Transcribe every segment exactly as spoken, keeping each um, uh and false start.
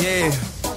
Yeah.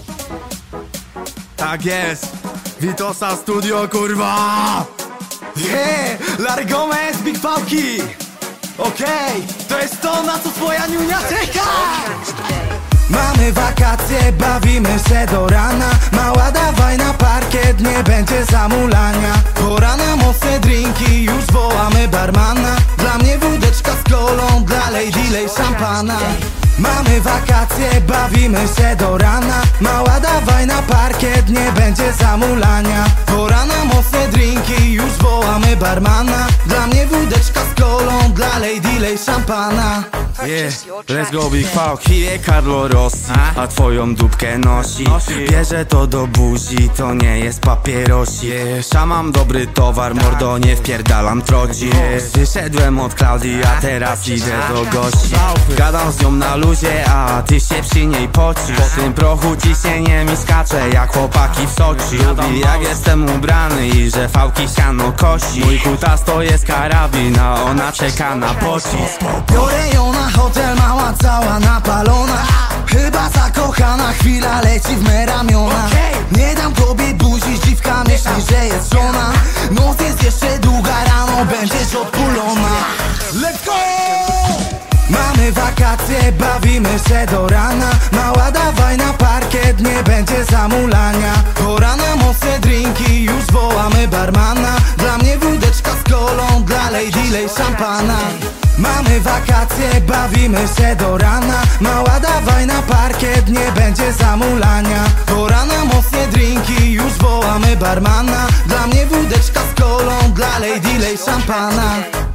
Tak jest, Witosa Studio, kurwa. Yeah, Larry Gomez, Big Fałki. Okej, okay. To jest to, na co twoja niunia czeka. Mamy wakacje, bawimy się do rana. Mała, dawaj na parkiet, nie będzie zamulania. Pora na mocne drinki, już wołamy barmana. Dla mnie wódeczka z kolą, dla Lady lej szampana. Mamy wakacje, bawimy się do rana. Mała, dawaj na parkiet, nie będzie zamulania. Pora na mocne drinki, już wołamy barmana. Dla mnie wódeczka z kolą, dla Lady lej szampana. Yeah, let's go Big Fałki, je Carlo Rossi, a twoją dupkę nosi. Bierze to do buzi, to nie jest papierosi. Yeah, mam dobry towar, mordo, nie wpierdalam troci. Yeah, wyszedłem od Klaudii, a teraz idę do gości. Gadam z nią na luzie, a ty się przy niej pocisz. Po tym prochu ciśnienie mi skacze, jak chłopaki w Soczi. Lubi jak jestem ubrany i że Fałki siano kosi. Mój kutas to jest karabin, a ona czeka na pocisk. Biorę ją na hotel, mała cała napalona. Chyba zakochana, chwila leci w me ramiona. Nie dam tobie buzi, dziwka myśli, że jest żona. Noc jest jeszcze długa, rano będziesz odpulona. Let's go! Mamy wakacje, bawimy się do rana. Mała, dawaj na parkiet, nie będzie zamulania. Pora na mocne drinki, już wołamy barmana. Dla mnie wódeczka z kolą, dla Lady lej szampana. Mamy wakacje, bawimy się do rana. Mała, dawaj na parkiet, nie będzie zamulania. Pora na mocne drinki, już wołamy barmana. Dla mnie wódeczka z kolą, dla Lady lej szampana.